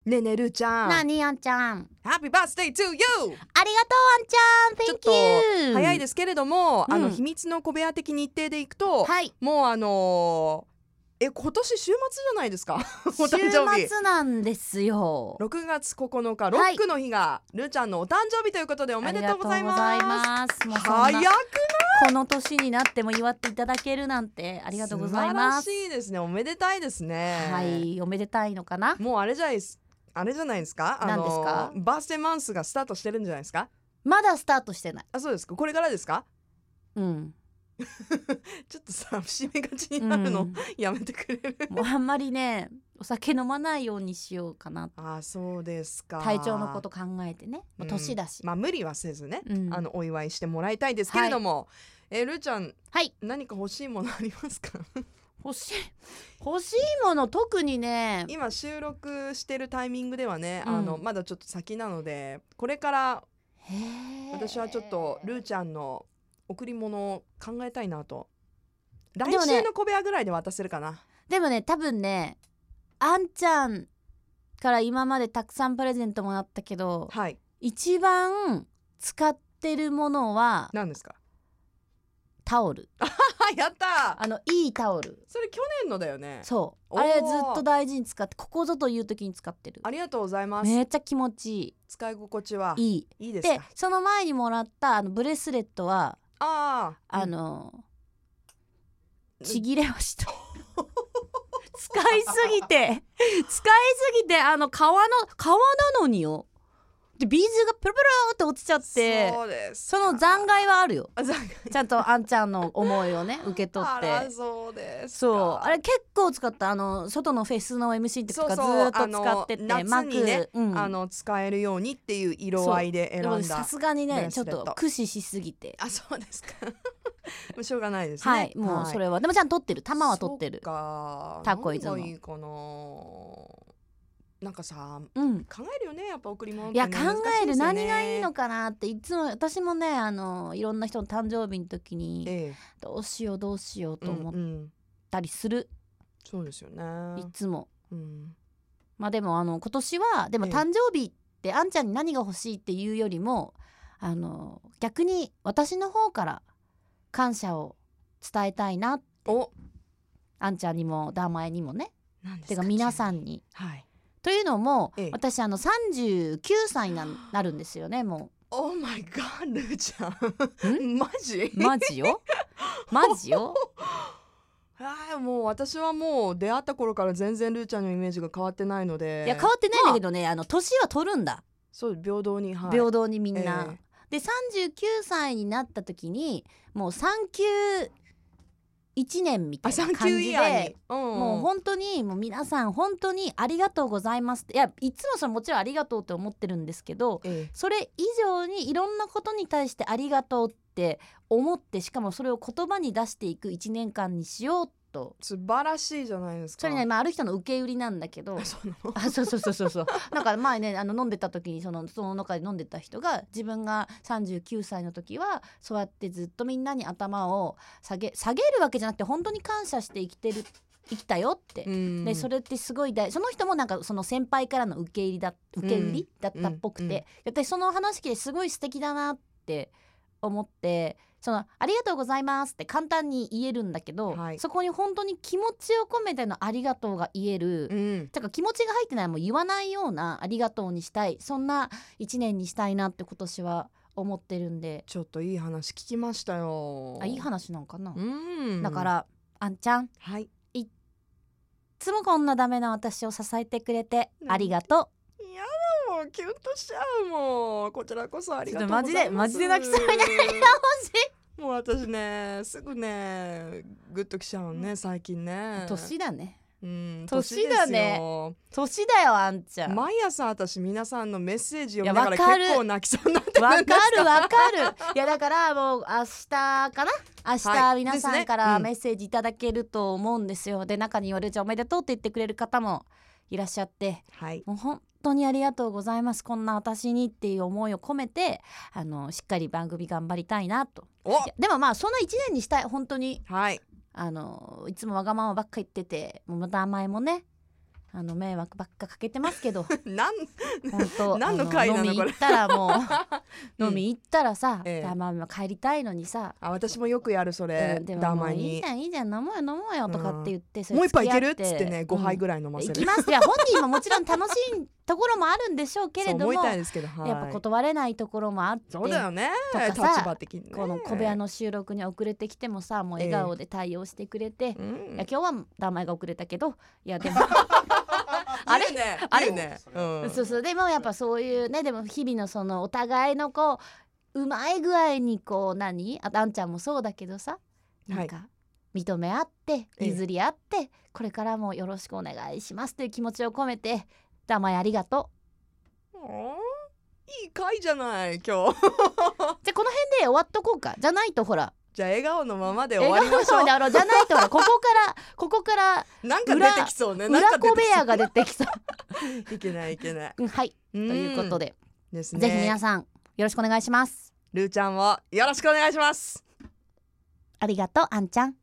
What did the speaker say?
ねえねえるーちゃん、 なにあんちゃん、 Happy birthday to you。 ありがとうあんちゃん、 Thank you。 ちょっと早いですけれども、 うん秘密の小部屋的日程でいくと、 はい、 もう今年週末じゃないですかお誕生日週末なんですよ。 6月9日ロックの日が、るーちゃんのお誕生日ということでおめでとうございます。 ありがとうございます。もうそん早なくこの年になっても祝っていただけるなんてありがとうございます。 素晴らしいですね。おめでたいですね。 はい、おめでたいのかな。 もうあれじゃないですか、 何ですか？ バースデーマンスがスタートしてるんじゃないですか？ まだスタートしてない。 あ、そうですか。これからですか？ うんちょっとさ、節目がちになるの、やめてくれる？ もうあんまりねお酒飲まないようにしようかな。 あ、そうですか。 体調のこと考えてね、もう年だし、 まあ無理はせずね、お祝いしてもらいたいですけれども、るーちゃん、 はい、 何か欲しいものありますか？ 欲しいもの特にね、 今収録してるタイミングではね、まだちょっと先なので、これから私はちょっとるーちゃんの贈り物を考えたいなと。来週の小部屋ぐらいで渡せるかな。 でもね、多分ね、あんちゃんから今までたくさんプレゼントもらったけど、 はい、 一番使ってるものは何ですか？ タオル。 やったー。 いいタオル。 それ去年のだよね。 そう、あれずっと大事に使って、ここぞという時に使ってる。 ありがとうございます。 めっちゃ気持ちいい。 使い心地はいいですか？ で、その前にもらったブレスレットはちぎれました使いすぎて革なのによ。でビーズがプルプルって落ちちゃって、 そうですか。 その残骸はあるよ。 残骸ちゃんとあんちゃんの思いをね受け取って。 あら、そうですか。 そう、あれ結構使った。外のフェスの MC とかずーっと使ってて、 夏にね、使えるようにっていう色合いで選んだ。 さすがにねちょっと駆使しすぎて。 あ、そうですかしょうがないですね。 はい、もうそれは、でもちゃんと取ってる、玉は取ってる。 そっか、 タコイズの何がいいかな。なんかさ、考えるよね、やっぱ贈り物って、 いや、 ね、 考える、 難しいですよね。 何がいいのかなっていつも。私もねいろんな人の誕生日の時に、どうしようと思ったりする、 そうですよね、 いつも、まあでも今年はでも誕生日ってあんちゃんに何が欲しいっていうよりも逆に私の方から感謝を伝えたいなって。あんちゃんにもダーマエにもね、てか皆さんに、というのも、私39歳になるんですよね、もう。 オーマイガー、ルーちゃんマジよもう私はもう出会った頃から全然ルーちゃんのイメージが変わってないので。 いや、変わってないんだけどね、年は取るんだ。 そう、平等に、 平等にみんな、で39歳になった時にもう391年みたいな感じで、もう本当にもう皆さん本当にありがとうございますって。いや、いつもそれもちろんありがとうって思ってるんですけど、それ以上にいろんなことに対してありがとうって思って、しかもそれを言葉に出していく1年間にしようと。 素晴らしいじゃないですか。 それね、ある人の受け売りなんだけどそうなんか前ね飲んでた時にその中で飲んでた人が、自分が39歳の時はそうやってずっとみんなに頭を下げるわけじゃなくて、本当に感謝して生きたよって。でそれってすごいその人もなんかその先輩からの受け売りだったっぽくて、私その話聞いてすごい素敵だなって思って、ありがとうございますって簡単に言えるんだけど、そこに本当に気持ちを込めてのありがとうが言える、だから気持ちが入ってないもう言わないようなありがとうにしたい、そんな一年にしたいなって今年は思ってるんで。 ちょっといい話聞きましたよ。 いい話なんかな。だからあんちゃん、いっつもこんなダメな私を支えてくれてありがとう。 いやだ、もうキュンとしちゃう。もうこちらこそありがとうございます。 マジで泣きそうになりなほしい。 もう私ね、すぐねグッときちゃうね、最近ね。 年だね。 年だね。 年だよ、あんちゃん。 毎朝私皆さんのメッセージを見ながら結構泣きそうになってるんですか。 わかるいや、だからもう明日かな、明日皆さんからメッセージいただけると思うんですよ。で、中に言われちゃおめでとうって言ってくれる方もいらっしゃって、もう本当にありがとうございます、こんな私にっていう思いを込めてしっかり番組頑張りたいなと。でもまあそんな1年にしたい、本当に。いつもわがままばっか言ってて、もうまた甘えもね迷惑ばっかかけてますけどなん本当何の回なの飲みこれ行ったらもう、 うん飲み行ったらさ、 ええまあ帰りたいのにさ、 私もよくやるそれ、 でもダーもういいマイにじゃんいいじゃん飲もうよ飲もうよとかって言って、それもう一杯いけるっ付き合つってね5杯ぐらい飲ませる、 行きますいや本人ももちろん楽しいところもあるんでしょうけれども、 そう思いたいですけど、はい、 やっぱ断れないところもあって、 そうだよねとかさ立場的にね、 この小部屋の収録に遅れてきてもさ、もう笑顔で対応してくれて、 うんいや今日は名前が遅れたけど、いやでもあれいいねあれいいね、うんそうそうでもやっぱそういうね、でも日々のそのお互いのこううまい具合にこうあんちゃんもそうだけどさ、なんか認め合って譲り合って、これからもよろしくお願いしますという気持ちを込めて、名前ありがとう。 いい回じゃない今日じゃあじゃあこの辺で終わっとこうか。じゃないとほら笑顔のままで終わりましょう。 じゃないとほらここからなんか出てきそうね。なん裏か出てきそう小部屋が出てきそういけないいけない。 はいということで、 ですね。 ぜひ皆さんよろしくお願いします。 ルーちゃんをよろしくお願いします。 ありがとうあんちゃん。